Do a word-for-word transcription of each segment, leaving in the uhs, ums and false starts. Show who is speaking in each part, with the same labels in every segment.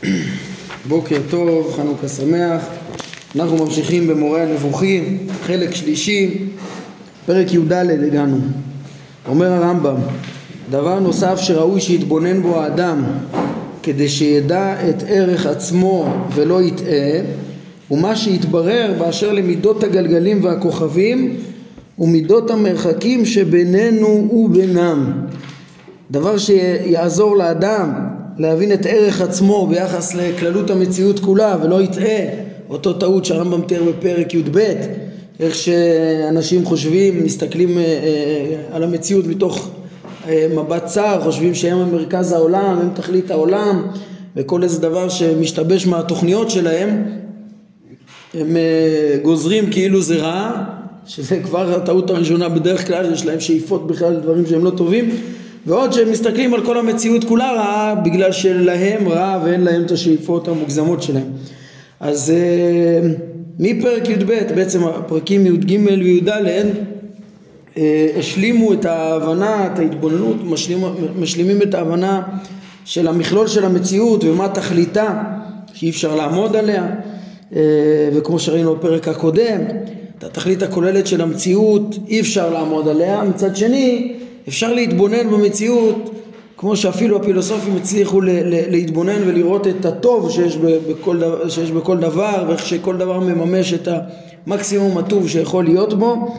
Speaker 1: בוקר טוב, חנוכה שמח. אנחנו ממשיכים במורה הנבוכים, חלק שלישי, פרק י"ד הגענו. אומר הרמב"ם, דבר נוסף שראוי שיתבונן בו האדם כדי שידע את ערך עצמו ולא יטעה, ומה שיתברר באשר למידות הגלגלים והכוכבים ומידות המרחקים שבינינו ובינם. דבר שיעזור לאדם להבין את ערך עצמו ביחס לכללות המציאות כולה ולא יטעה אותו טעות שהרמב"ם תיאר בפרק י"ב, איך שאנשים חושבים, מסתכלים על המציאות מתוך מבט צר, חושבים שהם המרכז העולם, הם תכלית העולם, וכל איזה דבר שמשתבש מהתוכניות שלהם הם גוזרים כאילו זה רע, שזה כבר הטעות הראשונה בדרך כלל, יש להם שאיפות בכלל דברים שהם לא טובים, ועוד שהם מסתכלים על כל המציאות כולה רעה בגלל שלהם רע ואין להם את השאיפות המוגזמות שלהם. אז מפרק י"ב, בעצם הפרקים י"ג וי"ד השלימו את ההבנה, את ההתבוננות, משלימים, משלימים את ההבנה של המכלול של המציאות ומה תכליתה שאי אפשר לעמוד עליה, וכמו שראינו בפרק הקודם, את התכלית הכוללת של המציאות אי אפשר לעמוד עליה. מצד שני אפשר להתבונן במציאות כמו שאפילו הפילוסופים הצליחו להתבונן ולראות את הטוב שיש בכל דבר, שיש בכל דבר, ואיך שכל דבר מממש את המקסימום הטוב שיכול להיות בו.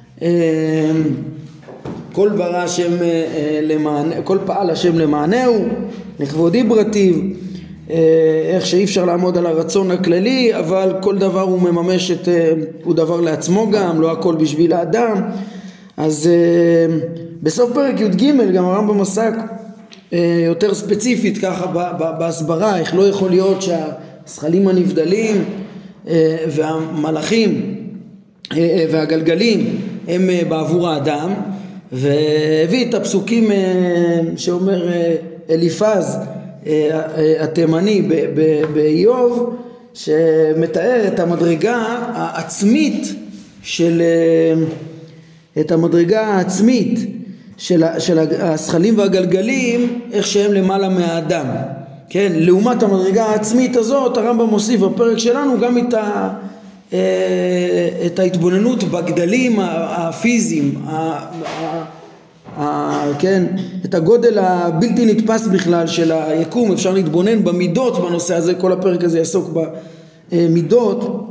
Speaker 1: כל ברא השם למענה, כל פעל השם למענהו, לכבודי ברטיב, איך שאי אפשר לעמוד על הרצון הכללי, אבל כל דבר הוא מממש את, הוא דבר לעצמו גם, לא הכל בשביל האדם. אז בסוף פרק י"ג גם הרמב"ם עסק יותר ספציפית ככה בהסברה, איך לא יכול להיות שהזכלים הנבדלים והמלאכים והגלגלים הם בעבור האדם, והביא את הפסוקים שאומר אליפז התימני באיוב, שמתאר את המדרגה העצמית של את המדרגה העצמית של, של הזכלים והגלגלים, איך שהם למעלה מהאדם. כן, לעומת המדרגה העצמית הזאת הרמב"ם מוסיף בפרק שלנו גם את, ה, את ההתבוננות בגדלים הפיזיים, ה, ה, כן, את הגודל הבלתי נתפס בכלל של היקום. אפשר להתבונן במידות בנושא הזה, כל הפרק הזה יעסוק במידות,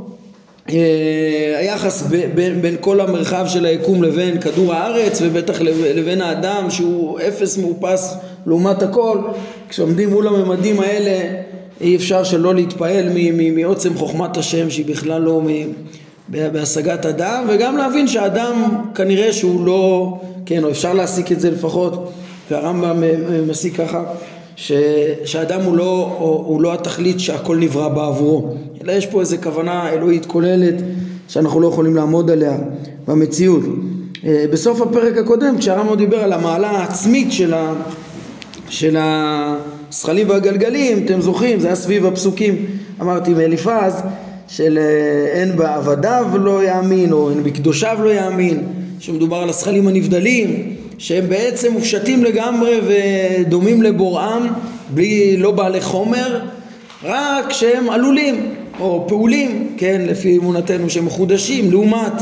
Speaker 1: היחס בין, בין כל המרחב של היקום לבין כדור הארץ, ובטח לבין האדם שהוא אפס מאופס לעומת הכל. כשעומדים מול הממדים האלה אי אפשר שלא להתפעל מעוצם חוכמת השם שהיא בכלל לא בהשגת אדם, וגם להבין שהאדם כנראה שהוא לא, כן, או אפשר להסיק את זה לפחות, והרמב"ם מסיק ככה, שהאדם הוא לא, הוא לא התכלית שהכל נברא בעבורו, אלא יש פה איזו כוונה אלוהית כוללת שאנחנו לא יכולים לעמוד עליה במציאות. בסוף הפרק הקודם כשהרמב"ם דיבר על המעלה העצמית של ה, של הזכלים והגלגלים, אתם זוכרים, זה היה סביב הפסוקים, אמרתי מאליפז, של אין בעבדיו לא יאמין או אין בקדושיו לא יאמין, שמדובר על הזכלים הנבדלים שהם בעצם מופשטים לגמרי ודומים לבוראם, בלי, לא בעלי חומר, רק שהם עלולים או פעולים, כן, לפי אמונתנו שהם מחודשים, לעומת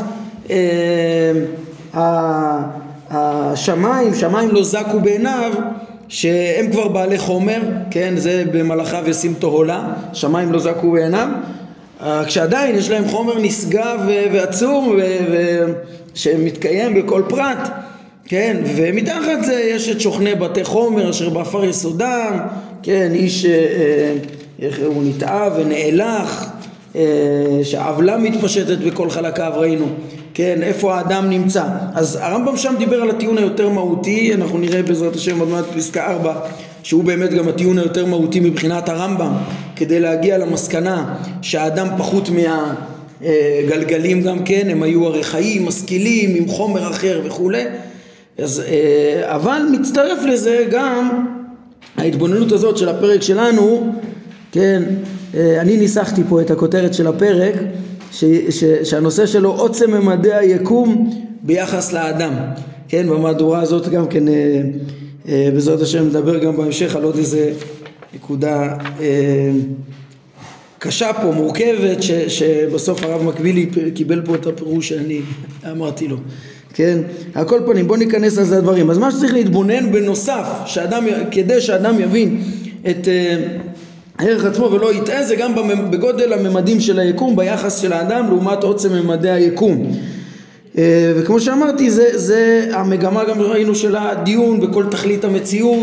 Speaker 1: אה, השמיים, שמיים לא זקו בעיניו, שהם כבר בעלי חומר, כן, זה במלאכיו ישים תהולה, שמיים לא זקו בעיניו, כשעדיין יש להם חומר נשגב ועצום שמתקיים בכל פרט, כן, ומתחת זה יש את שוכני בתי חומר אשר באפר יסודם, כן, איש איך הוא נתעב ונאלח, שהעוולה מתפשטת בכל חלקיו, ראינו, כן, איפה האדם נמצא. אז הרמב"ם שם דיבר על הטיעון היותר מהותי, אנחנו נראה בעזרת השם עוד מעט פסקה ארבע, שהוא באמת גם הטיעון היותר מהותי מבחינת הרמב"ם, כדי להגיע למסקנה שהאדם פחות מהגלגלים גם כן, הם היו הרי חיים, משכילים, עם חומר אחר וכו'. אז, אבל מצטרף לזה גם ההתבוננות הזאת של הפרק שלנו, כן, אני ניסחתי פה את הכותרת של הפרק, ש, ש, שהנושא שלו עוצם ממדי היקום ביחס לאדם, כן, במהדורה הזאת גם כן בעזרת השם נדבר גם בהמשך על עוד איזה נקודה אה, קשה פה, מורכבת, ש, שבסוף הרב מקבילי קיבל פה את הפירוש שאני אמרתי לו. כן, על כל פנים בוא ניכנס על זה הדברים. אז מה שצריך להתבונן בנוסף, שאדם, כדי שאדם יבין את אה, הערך עצמו ולא יטעה, זה גם בגודל הממדים של היקום, ביחס של האדם לעומת עוצם ממדי היקום. וכמו שאמרתי, זה, זה המגמה גם ראינו של הדיון בכל תכלית המציאות,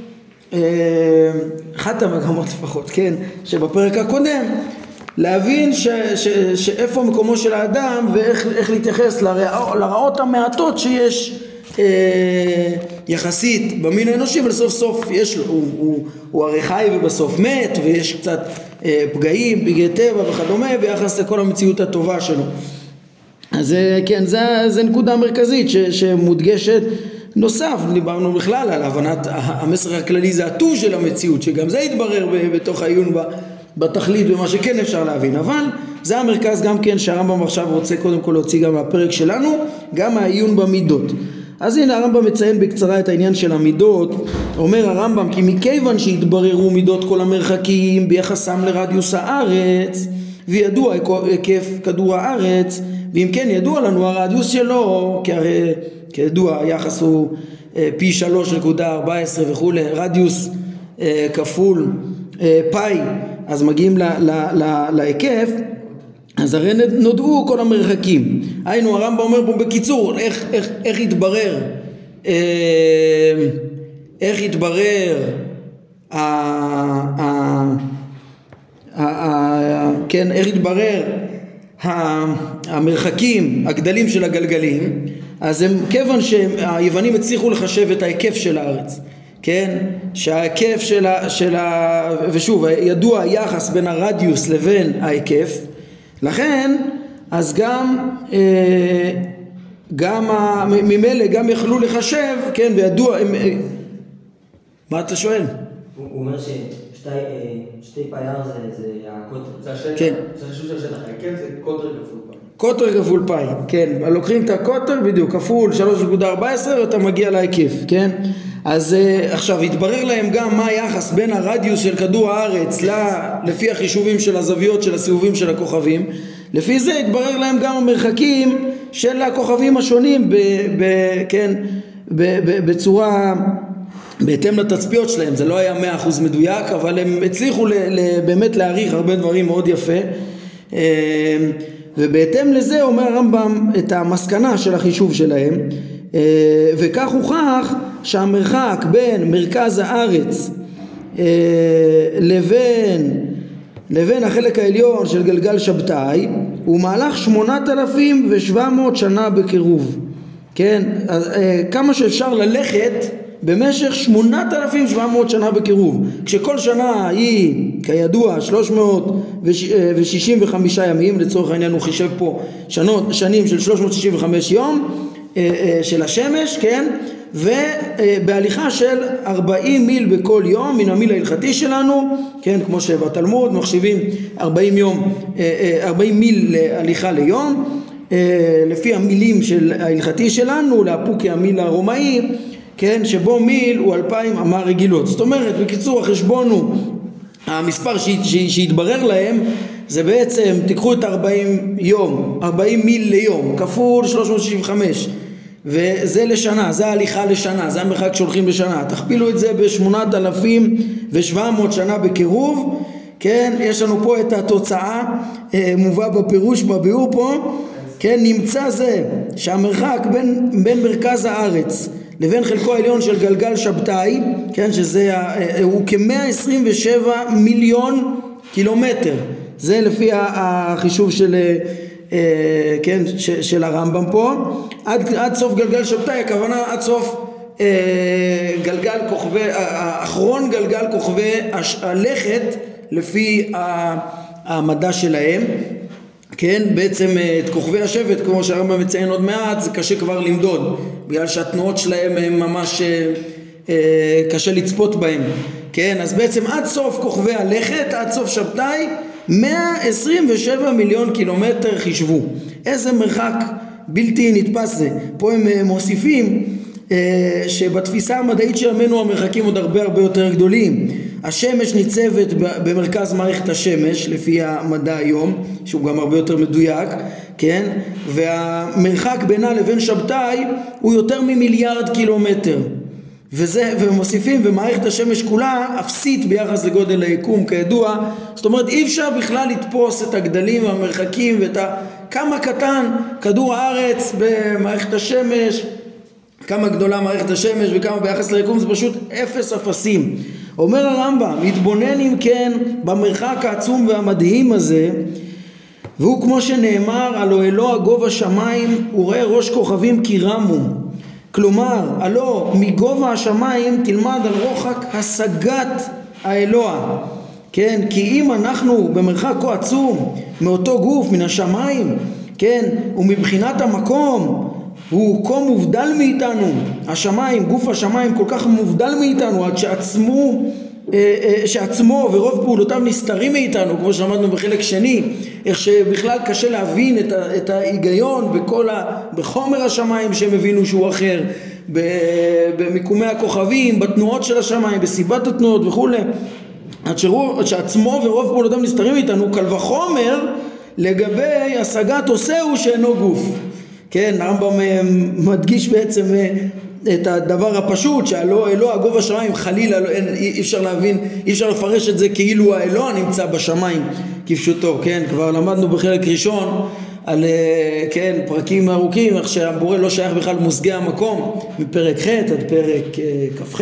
Speaker 1: אחת המגמות לפחות, כן, שבפרק הקודם, להבין ש, ש, שאיפה מקומו של האדם ואיך איך להתייחס לרע, לרעות המעטות שיש אה, יחסית במין האנושי, ולסוף סוף יש לו, הוא, הוא, הוא הרי חי ובסוף מת, ויש קצת אה, פגעים, פגעי טבע וכדומה ביחס לכל המציאות הטובה שלו. אז כן, זה, זה נקודה מרכזית ש, שמודגשת. נוסף, דיברנו בכלל על הבנת המסר הכללי, זה הטוב של המציאות, שגם זה יתברר בתוך העיון בתכלית ומה שכן אפשר להבין, אבל זה המרכז גם כן שהרמב"ם עכשיו רוצה קודם כל להוציא גם מהפרק שלנו, גם העיון במידות. אז הנה הרמב"ם מציין בקצרה את העניין של המידות. אומר הרמב"ם כי מכיוון שהתבררו מידות כל המרחקים ביחסם לרדיוס הארץ, וידוע היקף כדור הארץ, ואם כן ידוע לנו הרדיוס שלו, כי הרי כידוע היחס הוא פי שלוש נקודה ארבע עשרה וכולי, רדיוס אה, כפול אה, פאי, אז מגיעים להיקף, אז הרי נודעו כל המרחקים. היינו הרמב"ם אומר פה בקיצור, איך, איך, איך יתברר, אה, איך יתברר, ה, ה, ה, ה, כן, איך יתברר המרחקים, הגדלים של הגלגלים. אז הם, כיוון שהיוונים הצליחו לחשב את ההיקף של הארץ, כן, שההיקף של ה, של ה, ושוב ידוע היחס בין הרדיוס לבין ההיקף, לכן אז גם אה, גם ממילא גם יכלו לחשב, כן, וידוע הם, אה, מה אתה שואל?
Speaker 2: הוא אומר ששתי שתי פייר זה זה הקוטר, זה השטח,
Speaker 1: כן,
Speaker 2: זה החישוב של השטח, ההיקף זה קוטר כפול פאי.
Speaker 1: קוטר כפול פאי, כן, לוקחים את הקוטר בדיוק כפול שלוש נקודה ארבע עשרה ואתה מגיע להיקף, כן. אז עכשיו התברר להם גם מה היחס בין הרדיוס של כדור הארץ לפי החישובים של הזוויות של הסיבובים של הכוכבים. לפי זה התברר להם גם המרחקים של הכוכבים השונים ב, ב, כן, ב, ב, בצורה בהתאם לתצפיות שלהם. זה לא היה מאה אחוז מדויק, אבל הם הצליחו ל, ל, באמת להעריך הרבה דברים מאוד יפה, ובהתאם לזה אומר הרמב"ם את המסקנה של החישוב שלהם, וכך הוכח שהמרחק בין מרכז הארץ לבין לבין החלק העליון של גלגל שבתאי הוא מהלך שמונת אלפים ושבע מאות שנה בקירוב, כן, אז, כמה שאפשר ללכת במשך שמונת אלפים ושבע מאות שנה בקירוב, כשכל שנה היא כידוע שלוש מאות ושישים וחמישה ימים, לצורך העניין הוא חישב פה שנות, שנים של שלוש מאות שישים וחמישה יום של השמש, כן, ובהליכה של ארבעים מיל בכל יום מן המיל ההלכתי שלנו, כן, כמו שבתלמוד מחשיבים ארבעים יום, ארבעים מיל להליכה ליום, לפי המילים של ההלכתי שלנו, לאפוקי המיל הרומאי, כן, שבו מיל הוא אלפיים אמה רגילות. זאת אומרת, בקיצור החשבון הוא, המספר שהתברר להם זה בעצם, תיקחו את ארבעים יום, ארבעים מיל ליום, כפול שלוש מאות שישים וחמש, וזה לשנה, זה ההליכה לשנה, זה המרחק שהולכים בשנה, תכפילו את זה בשמונת אלפים ושבע מאות שנה בקירוב, כן, יש לנו פה את התוצאה, מובא בפירוש, בביאור פה, כן, נמצא זה שהמרחק בין, בין מרכז הארץ לבין חלקו העליון של גלגל שבתאי, כן, שזה הוא כ-מאה עשרים ושבע מיליון קילומטר, זה לפי החישוב של, כן, של הרמב"ם פה, עד, עד סוף גלגל שבתאי, הכוונה עד סוף גלגל כוכבי, האחרון גלגל כוכבי הלכת לפי המדע שלהם, כן, בעצם את כוכבי השבט, כמו שהרמב"ם מציין עוד מעט, זה קשה כבר למדוד, בגלל שהתנועות שלהם הם ממש אה, קשה לצפות בהם, כן, אז בעצם עד סוף כוכבי הלכת, עד סוף שבתאי, מאה עשרים ושבע מיליון קילומטר חישבו. איזה מרחק בלתי נתפס זה. פה הם מוסיפים אה, שבתפיסה המדעית של ימינו המרחקים עוד הרבה הרבה יותר גדולים. השמש ניצבת במרכז מערכת השמש לפי המדע היום, שהוא גם הרבה יותר מדויק, כן? והמרחק בינה לבין שבתאי הוא יותר ממיליארד קילומטר, וזה, ומוסיפים, ומערכת השמש כולה אפסית ביחס לגודל היקום כידוע. זאת אומרת אי אפשר בכלל לתפוס את הגדלים והמרחקים ואת ה... כמה קטן כדור הארץ במערכת השמש, כמה גדולה מערכת השמש וכמה ביחס ליקום, זה פשוט אפס אפסים. אומר הרמב"ם, מתבונן אם כן במרחק העצום והמדהים הזה, והוא כמו שנאמר, הלא אלוה גובה שמיים וראה ראש כוכבים כי רמו. כלומר, הלא מגובה השמיים תלמד על רוחק השגת האלוה. כן, כי אם אנחנו במרחק כה עצום מאותו גוף, מן השמיים, כן, ומבחינת המקום הוא כה מובדל מאיתנו, השמיים, גוף השמיים כל כך מובדל מאיתנו עד שעצמו, שעצמו ורוב פעולותיו נסתרים מאיתנו, כמו שלמדנו בחלק שני, איך שבכלל קשה להבין את, ה, את ההיגיון בכל ה, בחומר השמיים שהם הבינו שהוא אחר, במיקומי הכוכבים, בתנועות של השמיים, בסיבת התנועות וכו'. עד שעצמו ורוב פעולותיו נסתרים מאיתנו, קל וחומר לגבי השגת עושהו שאינו גוף. כן, הרמב"ם מדגיש בעצם את הדבר הפשוט, שהלא אלוה גובה שמיים חלילה לא, אין, אי אפשר להבין, אי אפשר לפרש את זה כאילו האלוה נמצא בשמיים כפשוטו. כן, כבר למדנו בחלק ראשון על, כן, פרקים ארוכים, איך שהבורא לא שייך בכלל מושגי המקום, מפרק ח' עד פרק כ"ח,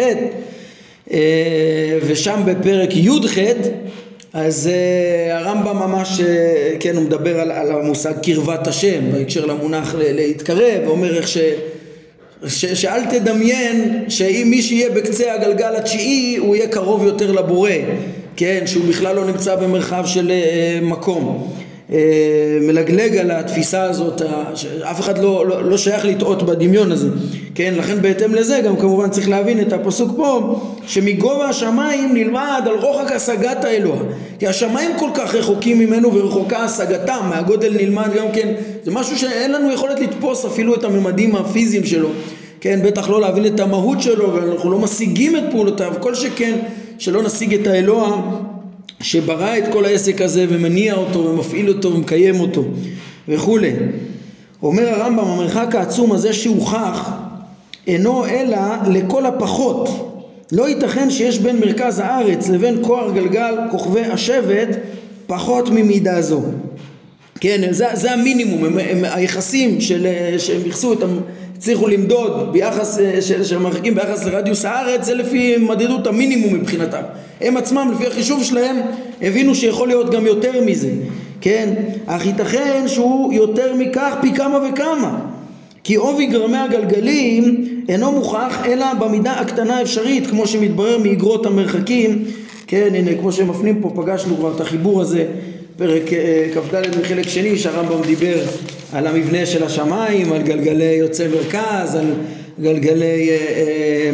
Speaker 1: ושם בפרק י"ח אז uh, הרמב"ם ממש, uh, כן, הוא מדבר על, על המושג קרבת השם, בהקשר למונח להתקרב, ואומר איך ש, ש, שאל תדמיין שאם מי שיהיה בקצה הגלגל התשיעי הוא יהיה קרוב יותר לבורא, כן, שהוא בכלל לא נמצא במרחב של uh, מקום. Uh, מלגלג על התפיסה הזאת, שאף אחד לא, לא, לא שייך לטעות בדמיון הזה, כן, לכן בהתאם לזה גם כמובן צריך להבין את הפסוק פה, שמגובה השמיים נלמד על רוחק השגת האלוה, כי השמיים כל כך רחוקים ממנו ורחוקה השגתם, מהגודל נלמד גם כן, זה משהו שאין לנו יכולת לתפוס אפילו את הממדים הפיזיים שלו, כן, בטח לא להבין את המהות שלו, ואנחנו לא משיגים את פעולותיו, כל שכן שלא נשיג את האלוה שברא את כל העסק הזה ומניע אותו ומפעיל אותו ומקיים אותו וכו'. אומר הרמב"ם, המרחק העצום הזה שהוכח אינו אלא לכל הפחות, לא ייתכן שיש בין מרכז הארץ לבין כוח גלגל כוכבי השבט פחות ממידה זו. כן, זה, זה המינימום, הם, הם, היחסים של, שהם יחסו את, הצליחו למדוד ביחס, של, של מרחקים ביחס לרדיוס הארץ, זה לפי מדדות המינימום מבחינתם. הם עצמם לפי החישוב שלהם הבינו שיכול להיות גם יותר מזה, כן, אך ייתכן שהוא יותר מכך פי כמה וכמה, כי עובי גרמי הגלגלים אינו מוכח אלא במידה הקטנה אפשרית, כמו שמתברר מאגרות המרחקים. כן, הנה, כמו שמפנים פה, פגשנו כבר את החיבור הזה פרק כ"ד מחלק שני, שהרמב"ם דיבר על המבנה של השמיים, על גלגלי יוצא מרכז, על גלגלי אה, אה,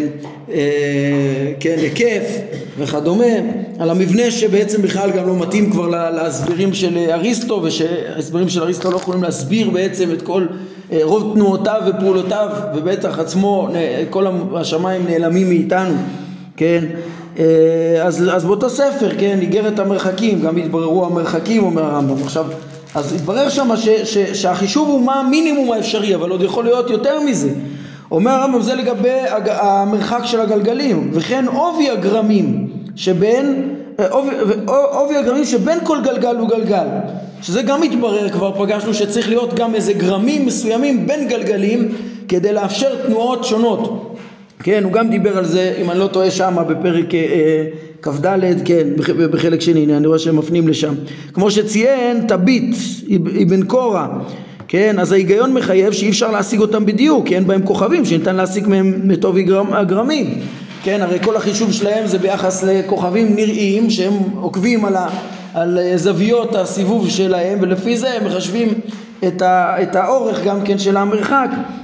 Speaker 1: אה, כן, היקף וכדומה, על המבנה שבעצם בכלל גם לא מתאים כבר להסברים של אריסטו, ושהסברים של אריסטו לא יכולים להסביר בעצם את כל רוב תנועותיו ופעולותיו, ובטח עצמו כל השמיים נעלמים מאיתנו, כן. אז, אז באותו ספר, כן, איגרת המרחקים, גם התבררו המרחקים, אומר הרמב"ם. עכשיו, אז התברר שם ש, ש, שהחישוב הוא מה המינימום האפשרי, אבל עוד יכול להיות יותר מזה. אומר הרמב"ם, זה לגבי המרחק של הגלגלים, וכן עובי הגרמים שבין, עובי, עובי הגרמים שבין כל גלגל וגלגל, שזה גם התברר, כבר פגשנו שצריך להיות גם איזה גרמים מסוימים בין גלגלים, כדי לאפשר תנועות שונות. כן, הוא גם דיבר על זה, אם אני לא טועה, שם בפרק אה, כ"ד, כן, בחלק שני, אני רואה שהם מפנים לשם. כמו שציין תביט אבן קורא, כן, אז ההיגיון מחייב שאי אפשר להשיג אותם בדיוק, כי אין בהם כוכבים שניתן להשיג מהם את עובי הגרמים. כן, הרי כל החישוב שלהם זה ביחס לכוכבים נראים שהם עוקבים על, ה, על זוויות הסיבוב שלהם, ולפי זה הם מחשבים את, ה, את האורך גם כן של המרחק.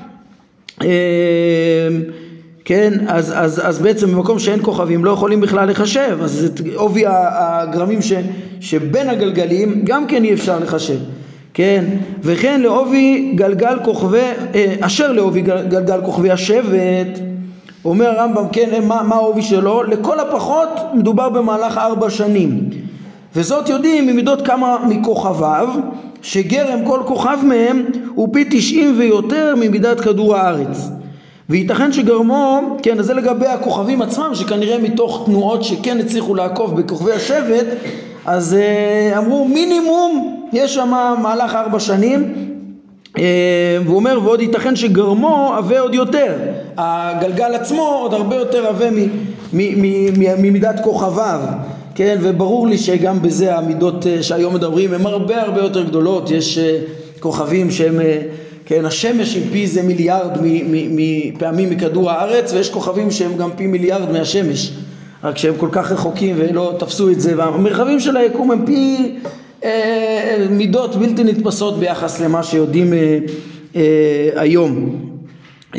Speaker 1: כן, אז, אז, אז בעצם במקום שאין כוכבים לא יכולים בכלל לחשב, אז את עובי הגרמים ש, שבין הגלגלים גם כן אי אפשר לחשב. כן, וכן לעובי גלגל כוכבי, אשר לעובי גלגל כוכבי השבט, אומר הרמב"ם, כן, מה, מה העובי שלו? לכל הפחות מדובר במהלך ארבע שנים, וזאת יודעים ממידות כמה מכוכביו, שגרם כל כוכב מהם הוא פי תשעים ויותר ממידת כדור הארץ. וייתכן שגרמו, כן, זה לגבי הכוכבים עצמם, שכנראה מתוך תנועות שכן הצליחו לעקוב בכוכבי השבט, אז אה, אמרו מינימום יש שם מהלך ארבע שנים, אה, והוא אומר ועוד ייתכן שגרמו עווה עוד יותר, הגלגל עצמו עוד הרבה יותר עווה ממידת כוכביו, כן, וברור לי שגם בזה המידות שהיום מדברים הם הרבה הרבה יותר גדולות. יש כוכבים שהם, כן, השמש עם פי זה מיליארד מפעמים מכדור הארץ, ויש כוכבים שהם גם פי מיליארד מהשמש, רק שהם כל כך רחוקים ולא תפסו את זה, והמרחבים של היקום הם פי אה, מידות בלתי נתפסות ביחס למה שיודעים אה, אה, היום. אה,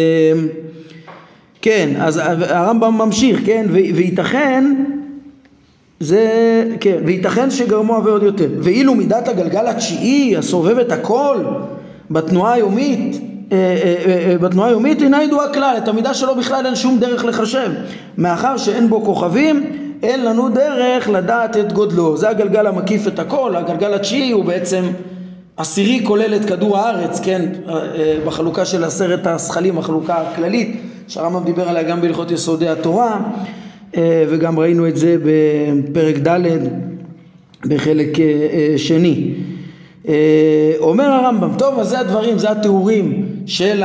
Speaker 1: כן, אז הרמב"ם ממשיך, כן, וייתכן זה, כן, וייתכן שגרמו עווה עוד יותר. ואילו מידת הגלגל התשיעי הסובב את הכל בתנועה היומית, אה, אה, אה, בתנועה היומית אינה ידועה כלל, את המידה שלו בכלל אין שום דרך לחשב, מאחר שאין בו כוכבים, אין לנו דרך לדעת את גודלו. זה הגלגל המקיף את הכל. הגלגל התשיעי הוא בעצם עשירי כולל את כדור הארץ, כן, בחלוקה של עשרת השכלים, החלוקה הכללית שהרמב"ם דיבר עליה גם בהלכות יסודי התורה, וגם ראינו את זה בפרק ד' בחלק שני. אומר הרמב"ם, טוב, אז זה הדברים, זה התיאורים של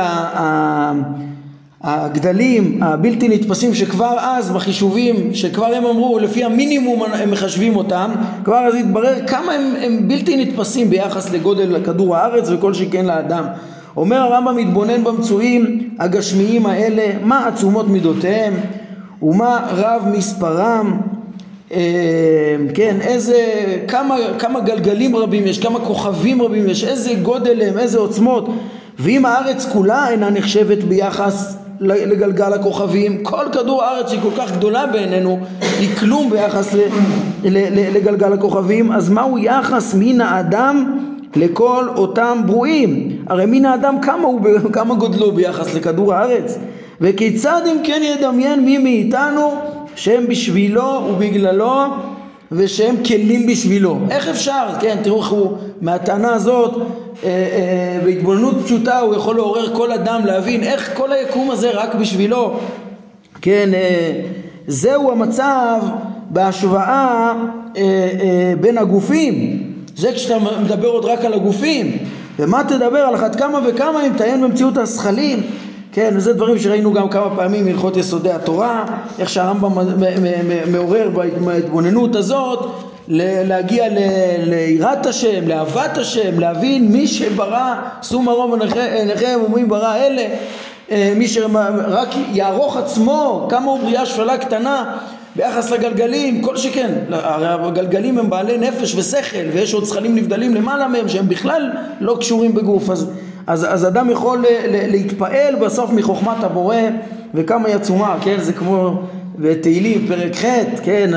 Speaker 1: הגדלים הבלתי נתפסים, שכבר אז בחישובים שכבר הם אמרו לפי המינימום הם מחשבים אותם, כבר אז התברר כמה הם, הם בלתי נתפסים ביחס לגודל כדור הארץ וכל שכן לאדם. אומר הרמב"ם, מתבונן במצויים הגשמיים האלה, מה עצומות מידותיהם ומה רב מספרם, אה, כן, איזה, כמה, כמה גלגלים רבים יש, כמה כוכבים רבים יש, איזה גודל הם, איזה עוצמות. ואם הארץ כולה אינה נחשבת ביחס לגלגל הכוכבים, כל כדור הארץ שהיא כל כך גדולה בעינינו היא כלום ביחס ל, ל, ל, לגלגל הכוכבים, אז מהו יחס מן האדם לכל אותם ברואים? הרי מן האדם כמה, הוא, כמה גודלו ביחס לכדור הארץ? וכיצד אם כן ידמיין מי מאיתנו שהם בשבילו ובגללו ושהם כלים בשבילו? איך אפשר? כן, תראו איך הוא מהטענה הזאת אה, אה, בהתבוננות פשוטה הוא יכול לעורר כל אדם להבין איך כל היקום הזה רק בשבילו. כן, אה, זהו המצב בהשוואה אה, אה, בין הגופים. זה כשאתה מדבר עוד רק על הגופים, ומה תדבר על אחת כמה וכמה אם תעיין במציאות השכלים. כן, וזה דברים שראינו גם כמה פעמים מהלכות יסודי התורה, איך שהרמב"ם מעורר בהתבוננות הזאת להגיע ליראת השם, לאהבת השם, להבין מי שברא, שאו מרום עיניכם ומי ברא אלה, מי שרק יערוך עצמו כמה הוא בריאה שפלה קטנה ביחס לגלגלים, כל שכן, הרי הגלגלים הם בעלי נפש ושכל, ויש עוד שכלים נבדלים למעלה מהם שהם בכלל לא קשורים בגוף. אז אז, אז אדם יכול להתפעל בסוף מחוכמת הבורא וכמה יצומה, כן, זה כמו בתהילים פרק ח', כן,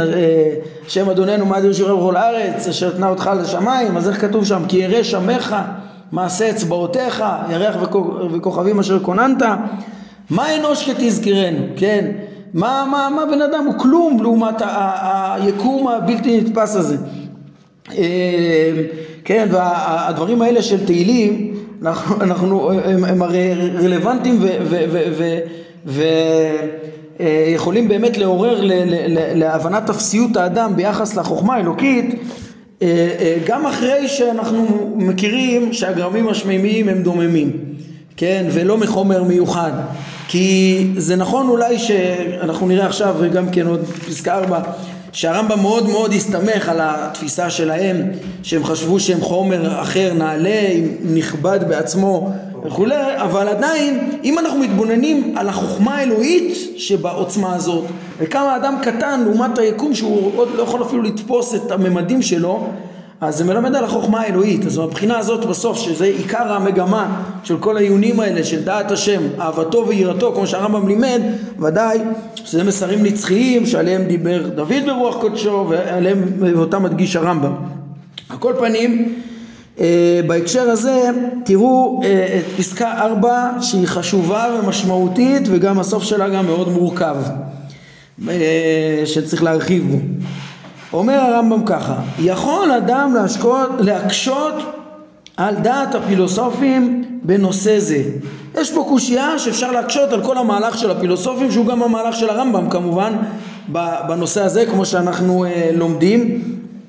Speaker 1: שם אדוננו מעד ירושלים בכל הארץ אשר תנה אותך לשמיים. אז איך כתוב שם? כי ירא שמך מעשה אצבעותיך, ירח וכוכבים אשר כוננת. מה אנוש כתזכרנו? כן, מה, מה, מה בן אדם הוא? כלום לעומת היקום הבלתי נתפס הזה. כן, והדברים האלה של תהילים אנחנו, אנחנו הם, הם הרי רלוונטיים ויכולים באמת לעורר ל, ל, ל, להבנת אפסיות האדם ביחס לחוכמה האלוקית, גם אחרי שאנחנו מכירים שהגרמים השמימיים הם דוממים, כן, ולא מחומר מיוחד. כי זה נכון אולי שאנחנו נראה עכשיו וגם כן עוד פסקה ארבע שהרמב"ם מאוד מאוד הסתמך על התפיסה שלהם, שהם חשבו שהם חומר אחר נעלה, נכבד בעצמו וכולי, אבל עדיין אם אנחנו מתבוננים על החוכמה האלוהית שבעוצמה הזאת, וכמה אדם קטן לעומת היקום שהוא עוד לא יכול אפילו לתפוס את הממדים שלו, אז זה מלמד על החוכמה האלוהית. אז מבחינה הזאת בסוף, שזה עיקר המגמה של כל העיונים האלה של דעת השם, אהבתו ויראתו, כמו שהרמב"ם לימד, ודאי שזה מסרים נצחיים שעליהם דיבר דוד ברוח קודשו ועליהם ואותם מדגיש הרמב"ם. על כל פנים, בהקשר הזה תראו את פסקה ארבע שהיא חשובה ומשמעותית, וגם הסוף שלה גם מאוד מורכב שצריך להרחיב בו. אומר הרמב"ם ככה: יכול אדם להשקות, להקשות על דעת הפילוסופים בנושא זה. יש פה קושייה שאפשר להקשות על כל המהלך של הפילוסופים, שהוא גם המהלך של הרמב"ם כמובן בנושא הזה, כמו שאנחנו לומדים.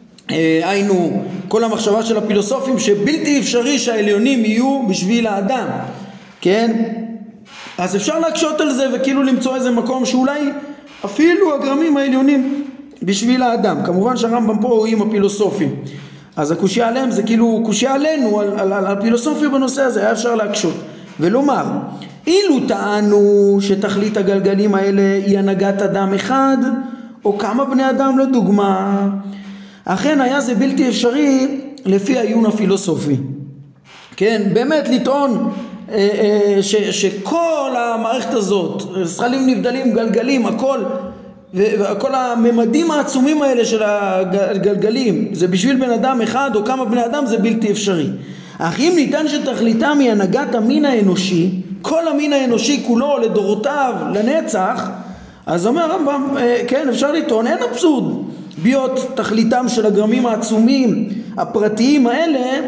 Speaker 1: היינו כל המחשבה של הפילוסופים שבלתי אפשרי שהעליונים יהיו בשביל האדם, כן? אז אפשר להקשות על זה וכאילו למצוא איזה מקום שאולי אפילו הגרמים העליונים בשביל האדם. כמובן שהרמב"ם פה הוא עם הפילוסופים, אז הקושיה עליהם זה כאילו קושיה עלינו, על, על, על הפילוסופיה בנושא הזה. היה אפשר להקשות ולומר, אילו טענו שתכלית הגלגלים האלה היא הנהגת אדם אחד או כמה בני אדם לדוגמה, אכן היה זה בלתי אפשרי לפי העיון הפילוסופי. כן, באמת לטעון אה, אה, ש, שכל המערכת הזאת, שכלים נבדלים, גלגלים, הכל, וכל הממדים העצומים האלה של הגלגלים זה בשביל בן אדם אחד או כמה בני אדם, זה בלתי אפשרי. אך אם ניתן שתכליתם היא הנהגת המין האנושי, כל המין האנושי כולו לדורותיו לנצח, אז אומר הרמב"ם, כן, אפשר לטעון, אין אבסורד ביות תכליתם של הגרמים העצומים הפרטיים האלה, אה,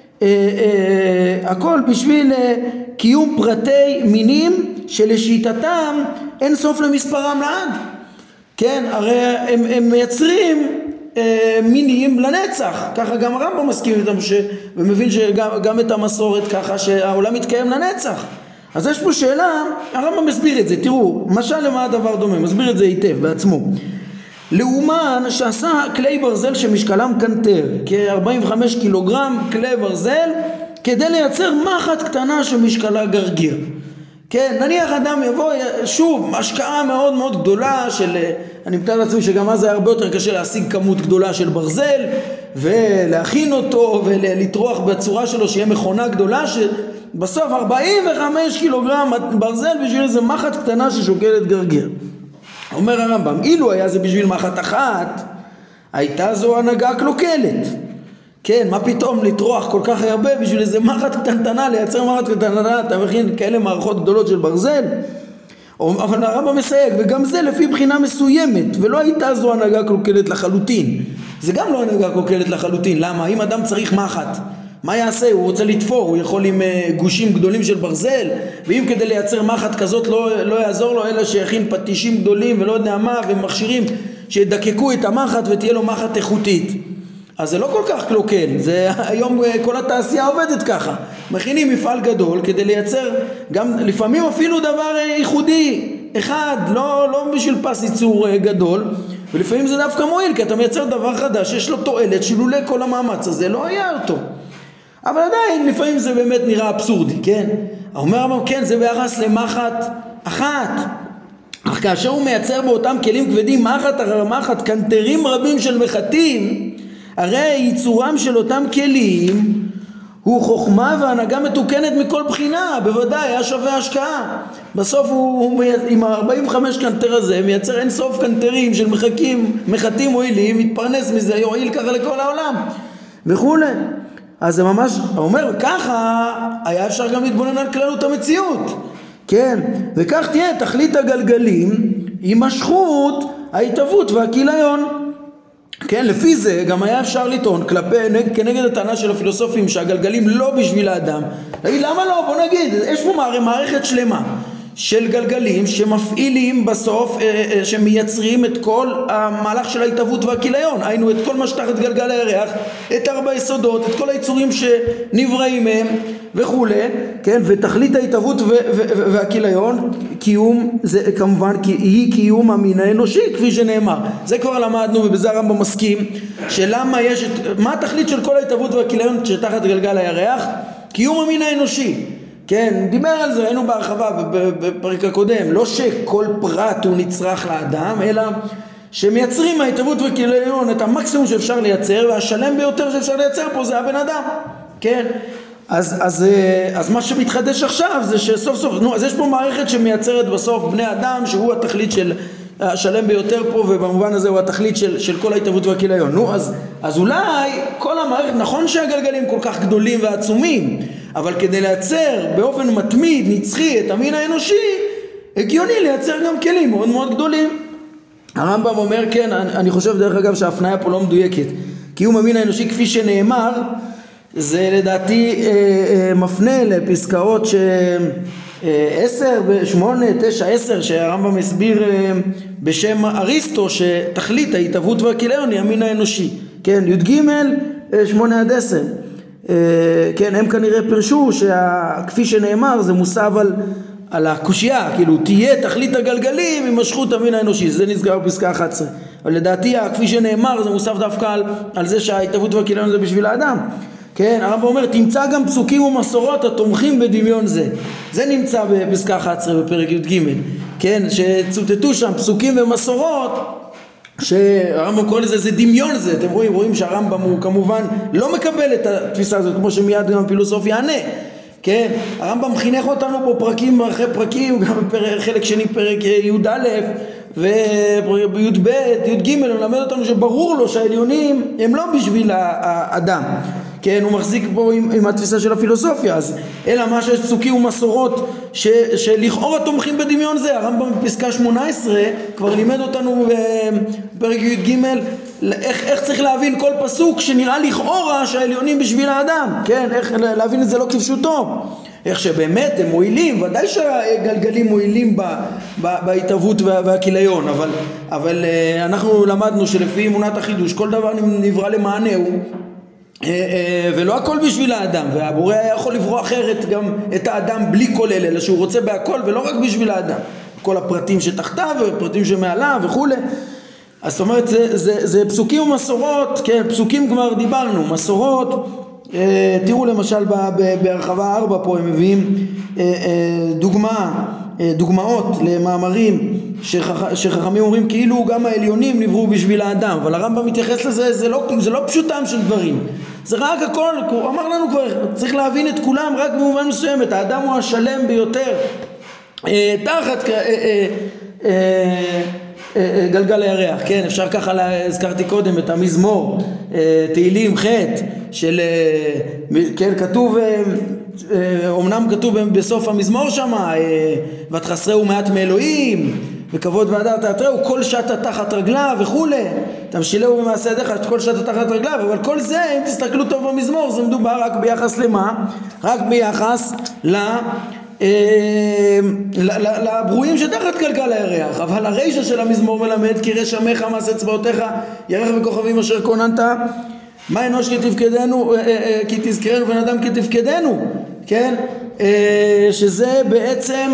Speaker 1: אה, הכל בשביל אה, קיום פרטי מינים שלשיטתם אין סוף למספרם לעד. כן, הרי הם, הם מייצרים אה, מינים לנצח, ככה גם הרמב"ם מסכים איתם ש... ומבין שגם גם את המסורת ככה שהעולם מתקיים לנצח. אז יש פה שאלה, הרמב"ם מסביר את זה, תראו, משל למה הדבר דומה, מסביר את זה היטב בעצמו. לאומן שעשה כלי ברזל שמשקלם קנטר, כ-ארבעים וחמישה קילוגרם כלי ברזל, כדי לייצר מחט קטנה שמשקלה גרגיר. כן, נניח אדם יבוא, שוב, השקעה מאוד מאוד גדולה של, אני מתאר לעצמי שגם אז היה הרבה יותר קשה להשיג כמות גדולה של ברזל, ולהכין אותו ולטרוח בצורה שלו שיהיה מכונה גדולה, שבסוף ארבעים וחמישה קילוגרם ברזל בשביל איזה מחט קטנה ששוקלת גרגיר. אומר הרמב"ם, אילו היה זה בשביל מחט אחת, הייתה זו הנהגה קלוקלת. כן, מה פתאום לטרוח כל כך הרבה בשביל איזה מחט קטנטנה, לייצר מחט קטנטנה, אתה מכין כאלה מערכות גדולות של ברזל? אבל הרמב"ם מסייג, וגם זה לפי בחינה מסוימת, ולא הייתה זו הנהגה קלוקלת לחלוטין. זה גם לא הנהגה קלוקלת לחלוטין. למה? אם אדם צריך מחט, מה יעשה? הוא רוצה לתפור, הוא יכול עם גושים גדולים של ברזל, ואם כדי לייצר מחט כזאת לא, לא יעזור לו, אלא שיכין פטישים גדולים ולא יודע מה, ומכשירים שידקקו את המחט ותהיה לו מחט איכותית. אז זה לא כל כך קלוקל, זה היום כל התעשייה עובדת ככה. מכינים מפעל גדול כדי לייצר גם לפעמים אפילו דבר ייחודי אחד, לא, לא בשביל פס ייצור גדול, ולפעמים זה דווקא מועיל, כי אתה מייצר דבר חדש, יש לו תועלת, שילולי כל המאמץ הזה לא היה אותו. אבל עדיין לפעמים זה באמת נראה אבסורדי, כן? אומר, כן, זה ביחס למחט אחת. אך כאשר הוא מייצר באותם כלים כבדים מחט אחר מחט, קנטרים רבים של מחטים, הרי ייצורם של אותם כלים הוא חוכמה והנהגה מתוקנת מכל בחינה, בוודאי היה שווה השקעה. בסוף הוא, הוא עם ה-ארבעים וחמישה קנטר הזה מייצר אין סוף קנטרים של מחקים, מחטים מועילים, מתפרנס מזה, יועיל ככה לכל העולם וכו'. אז זה ממש, הוא אומר, ככה היה אפשר גם להתבונן על כללות המציאות, כן? וכך תהיה תכלית הגלגלים, הימשכות, ההתהוות והכיליון. כן, לפי זה גם היה אפשר לטעון כלפי, כנגד הטענה של הפילוסופים שהגלגלים לא בשביל האדם. להגיד, למה לא? בוא נגיד, יש פה מערכת שלמה של גלגלים שמפעילים בסוף, שמייצרים את כל המהלך של ההתהוות והכיליון, היינו את כל מה שתחת גלגל הירח, את ארבע יסודות, את כל היצורים שנבראים מהם וכו', כן, ותכלית ההתהוות והכיליון, קיום, זה כמובן היא קיום המין האנושי, כפי שנאמר. זה כבר למדנו, ובזה הרמב"ם מסכים, שלמה יש, מה התכלית של כל ההתהוות והכיליון שתחת גלגל הירח? קיום המין האנושי. כן, דיבר על זה, היינו בהרחבה בפרק הקודם, לא שכל פרט הוא נצרך לאדם, אלא שמייצרים ההתהוות והכיליון את המקסימום שאפשר לייצר, והשלם ביותר שאפשר לייצר פה זה הבן אדם, כן? אז, אז, אז מה שמתחדש עכשיו זה שסוף סוף, נו, אז יש פה מערכת שמייצרת בסוף בני אדם, שהוא התכלית של השלם ביותר פה, ובמובן הזה הוא התכלית של, של כל ההתהוות והכיליון. נו, אז, אז אולי כל המערכת, נכון שהגלגלים כל כך גדולים ועצומים, אבל כדי לייצר באופן מתמיד, נצחי, את המין האנושי, הגיוני לייצר גם כלים מאוד מאוד גדולים. הרמב"ם אומר, כן, אני, אני חושב דרך אגב שההפניה פה לא מדויקת. קיום המין האנושי כפי שנאמר, זה לדעתי אה, אה, מפנה לפסקאות ש... עשר, שמונה, תשע, עשר, שהרמב"ם מסביר בשם אריסטו שתכלית ההתהוות והכיליון היא המין האנושי. כן, י"ג, שמונה עד עשר. כן, הם כנראה פרשו שכפי שנאמר זה מוסב על, על הקושייה, כאילו תהיה תכלית הגלגלים עם משכות המין האנושי, זה נסגר בפסקה אחת עשרה. אבל לדעתי כפי שנאמר זה מוסב דווקא על, על זה שההתהוות והכיליון זה בשביל האדם. כן, הרמב"ם אומר, תמצא גם פסוקים ומסורות התומכים בדמיון זה. זה נמצא בפסקה אחת עשרה בפרק י"ג. כן, שצוטטו שם פסוקים ומסורות, שהרמב"ם קורא לזה, זה דמיון זה. אתם רואים, רואים שהרמב"ם הוא כמובן לא מקבל את התפיסה הזאת, כמו שמיד גם הפילוסוף יענה. כן, הרמב"ם חינך אותנו פה פרקים אחרי פרקים, גם בחלק שני פרק י' א' ובי' ב', י' ג', הוא מלמד אותנו שברור לו שהעליונים הם לא בשביל האדם. כן, הוא מחזיק פה עם, עם התפיסה של הפילוסופיה, אז אלא מה שיש פסוקים ומסורות ש, שלכאורה תומכים בדמיון זה. הרמב"ם בפסקה שמונה עשרה כבר לימד אותנו בפרק י"ג איך, איך צריך להבין כל פסוק שנראה לכאורה שהעליונים בשביל האדם, כן, איך להבין את זה לא כפשוטו, איך שבאמת הם מועילים, ודאי שהגלגלים מועילים בהתהוות והכיליון, אבל, אבל אנחנו למדנו שלפי אמונת החידוש כל דבר נברא למענהו, ולא הכל בשביל האדם, והבורא היה יכול לברוא אחרת גם את האדם בלי כל אלה, אלא שהוא רוצה בהכל ולא רק בשביל האדם, כל הפרטים שתחתיו ופרטים שמעליו וכו'. אז זאת אומרת זה, זה, זה פסוקים ומסורות, כן, פסוקים כבר דיברנו, מסורות, אה, תראו למשל בהרחבה ארבע פה הם מביאים אה, אה, דוגמה, אה, דוגמאות למאמרים שחכ, שחכמים אומרים כאילו גם העליונים נבראו בשביל האדם, אבל הרמב"ם מתייחס לזה, זה לא, זה לא פשוטם של דברים, זה רק הכל, הוא אמר לנו כבר, צריך להבין את כולם רק במובן מסוים, את האדם הוא השלם ביותר, אה, תחת אה, אה, אה, גלגל הירח, כן, אפשר ככה, הזכרתי קודם את המזמור תהילים ח' של, כן, כתוב, אומנם כתוב בסוף המזמור שמה ותחסרהו מעט מאלוהים וכבוד והדר תעטרהו כל שעת תחת רגליו וכולי, תמשילהו במעשה ידיך כל שעת תחת רגליו, אבל כל זה אם תסתכלו טוב במזמור זה מדובר רק ביחס למה? רק ביחס ל... לברואים שתחת גלגל הירח, אבל הרישה של המזמור מלמד כי רש עמך מעשה אצבעותיך ירח וכוכבים אשר כוננת, מה אנוש כי תפקדנו, כי תזכרנו בן אדם כי תפקדנו, כן, שזה בעצם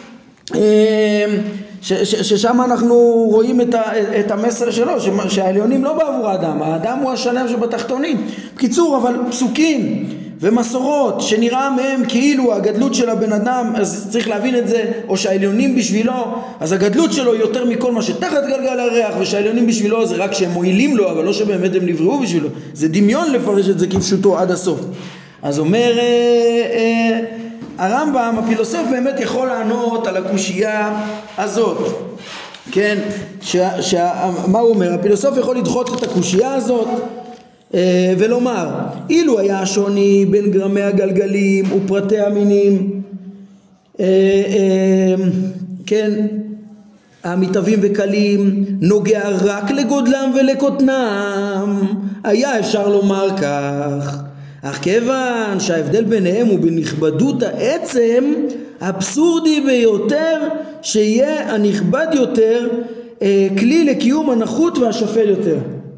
Speaker 1: ששם אנחנו רואים את המסר שלו, שהעליונים לא בעבור האדם, האדם הוא השלם שבתחתונים. בקיצור, אבל פסוקים ומסורות שנראה מהם כאילו הגדלות של הבן אדם, אז צריך להבין את זה, או שהעליונים בשבילו, אז הגדלות שלו היא יותר מכל מה שתחת גלגל הירח, ושהעליונים בשבילו זה רק שהם מועילים לו, אבל לא שבאמת הם נבראו בשבילו. זה דמיון לפרש את זה כפשוטו עד הסוף. אז אומר אה, אה, הרמב"ם, הפילוסוף באמת יכול לענות על הקושייה הזאת, כן, ש, ש, מה הוא אומר? הפילוסוף יכול לדחות את הקושייה הזאת ולומר, אילו היה השוני בין גרמי הגלגלים ופרטי המינים, כן, המתהווים וקלים, נוגע רק לגודלם ולקוטנם, היה אפשר לומר כך. אך כיוון שההבדל ביניהם הוא בנכבדות העצם, אבסורדי ביותר שיהיה הנכבד יותר כלי לקיום הנחות והשפל יותר.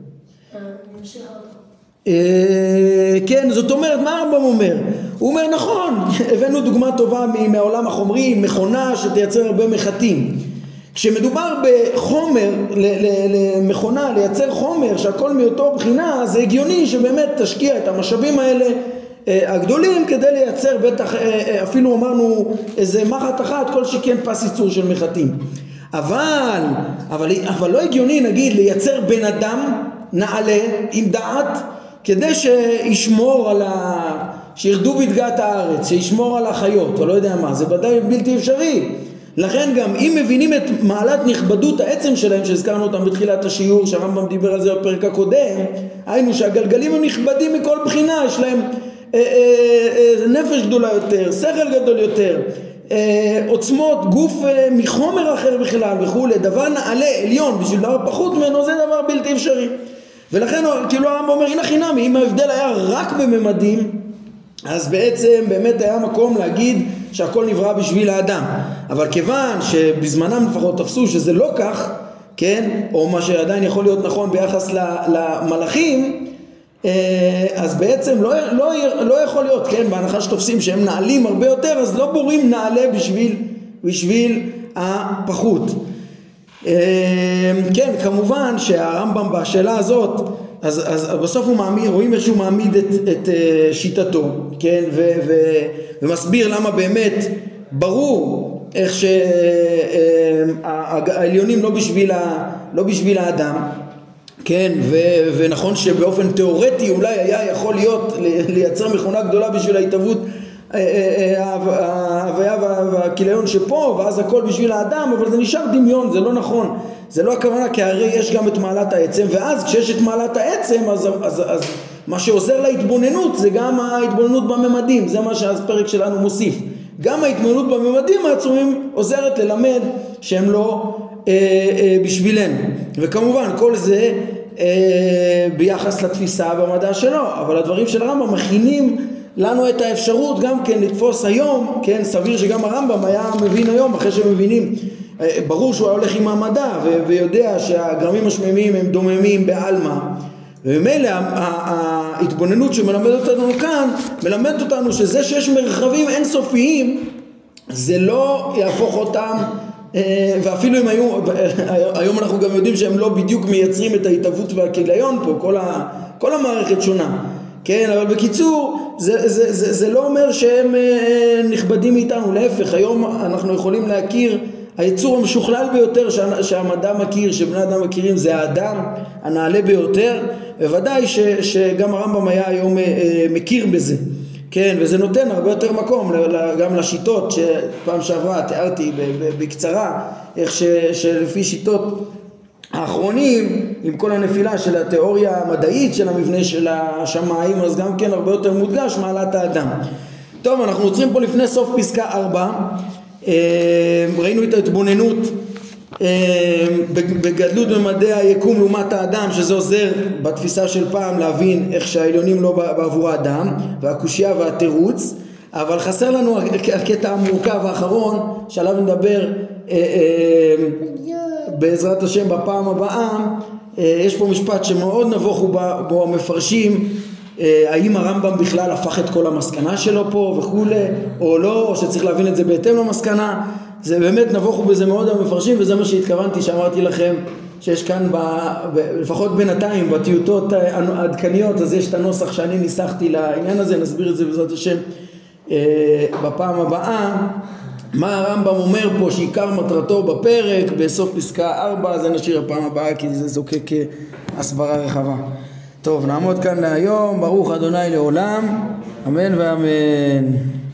Speaker 1: כן, זאת אומרת, מה הרמב"ם אומר? הוא אומר, נכון, הבאנו דוגמה טובה מהעולם החומרי, מכונה שתייצר הרבה מחטים. כשמדובר בחומר, למכונה, לייצר חומר שהכל מאותו בחינה, זה הגיוני שבאמת תשקיע את המשאבים האלה הגדולים כדי לייצר בטח, אפילו אמרנו איזה מחט אחת, כל שכן פס ייצור של מחטים. אבל, אבל, אבל לא הגיוני נגיד לייצר בן אדם נעלה עם דעת כדי שישמור על ה... שירדו בדגת הארץ, שישמור על החיות, או לא יודע מה, זה ודאי בלתי אפשרי. לכן גם אם מבינים את מעלת נכבדות העצם שלהם שהזכרנו אותם בתחילת השיעור, שהרמב"ם דיבר על זה בפרק הקודם, היינו שהגלגלים הם נכבדים מכל בחינה, יש להם אה, אה, אה, נפש גדולה יותר, שכל גדול יותר, אה, עוצמות, גוף אה, מחומר אחר בכלל וכו', דבר נעלה עליון בשביל דבר פחות ממנו, זה דבר בלתי אפשרי. ולכן כאילו הרמב"ם אומר, הנה חינמי, אם ההבדל היה רק בממדים, אז בעצם באמת היה מקום להגיד שהכל נברא בשביל האדם. אבל כיוון שבזמנם לפחות תפסו שזה לא כך, כן, או מה שעדיין יכול להיות נכון ביחס למלאכים, אז בעצם לא, לא, לא יכול להיות, כן, בהנחה שתופסים שהם נעלים הרבה יותר, אז לא בורים נעלה בשביל, בשביל הפחות. כן, כמובן שהרמב"ם בשאלה הזאת, אז, אז בסוף הוא מעמיד, רואים איך שהוא מעמיד את, את שיטתו, כן, ו, ו, ומסביר למה באמת ברור איך שהעליונים לא בשביל, ה, לא בשביל האדם, כן, ו, ונכון שבאופן תיאורטי אולי היה יכול להיות לייצר מכונה גדולה בשביל ההתהוות ההוויה והכיליון שפה, ואז הכל בשביל האדם, אבל זה נשאר דמיון, זה לא נכון, זה לא הכוונה, כי הרי יש גם את מעלת העצם, ואז כשיש את מעלת העצם, אז, אז, אז מה שעוזר להתבוננות זה גם ההתבוננות בממדים, זה מה שהפרק שלנו מוסיף. גם ההתבוננות בממדים העצומים עוזרת ללמד שהם לא אה, אה, בשבילנו, וכמובן כל זה אה, ביחס לתפיסה במדע שלו, אבל הדברים של הרמב"ם מכינים לנו את האפשרות גם כן לתפוס היום, כן, סביר שגם הרמב"ם היה מבין היום, אחרי שמבינים, ברור שהוא היה הולך עם המדע ו- ויודע שהגרמים השמימיים הם דוממים בעלמא, ומילא ההתבוננות שמלמדת אותנו כאן, מלמדת אותנו שזה שיש מרחבים אינסופיים, זה לא יהפוך אותם, ואפילו אם היו, היום אנחנו גם יודעים שהם לא בדיוק מייצרים את ההתהוות והכיליון פה, כל, ה, כל המערכת שונה. כן, אבל בקיצור, זה, זה, זה, זה לא אומר שהם נכבדים מאיתנו, להפך, היום אנחנו יכולים להכיר, היצור המשוכלל ביותר שהמדע מכיר, שבני אדם מכירים, זה האדם הנעלה ביותר, בוודאי ש, שגם הרמב"ם היה היום מכיר בזה, כן, וזה נותן הרבה יותר מקום גם לשיטות שפעם שעברה תיארתי בקצרה, איך ש, שלפי שיטות האחרונים, עם כל הנפילה של התיאוריה המדעית של המבנה של השמיים, אז גם כן הרבה יותר מודגש מעלת האדם. טוב, אנחנו עוצרים פה לפני סוף פסקה ארבע, ראינו את ההתבוננות בגדלות במדעי היקום לעומת האדם, שזה עוזר בתפיסה של פעם להבין איך שהעליונים לא בעבור האדם, והקושיה והתירוץ, אבל חסר לנו הקטע המורכב האחרון שעליו נדבר בעזרת השם בפעם הבאה. יש פה משפט שמאוד נבוך בו המפרשים, האם הרמב"ם בכלל הפך את כל המסקנה שלו פה וכו' או לא, או שצריך להבין את זה בהתאם למסקנה. זה באמת נבוכו בזה מאוד המפרשים, וזה מה שהתכוונתי שאמרתי לכם שיש כאן ב, ב, לפחות בינתיים בטיוטות העדכניות, אז יש את הנוסח שאני ניסחתי לעניין הזה, נסביר את זה בעזרת השם בפעם הבאה. מה הרמב"ם אומר פה שעיקר מטרתו בפרק בסוף פסקה ארבע, זה נשאיר הפעם הבאה כי זה זוקק הסברה רחבה. טוב, נעמוד כאן להיום. ברוך אדוני לעולם, אמן ואמן.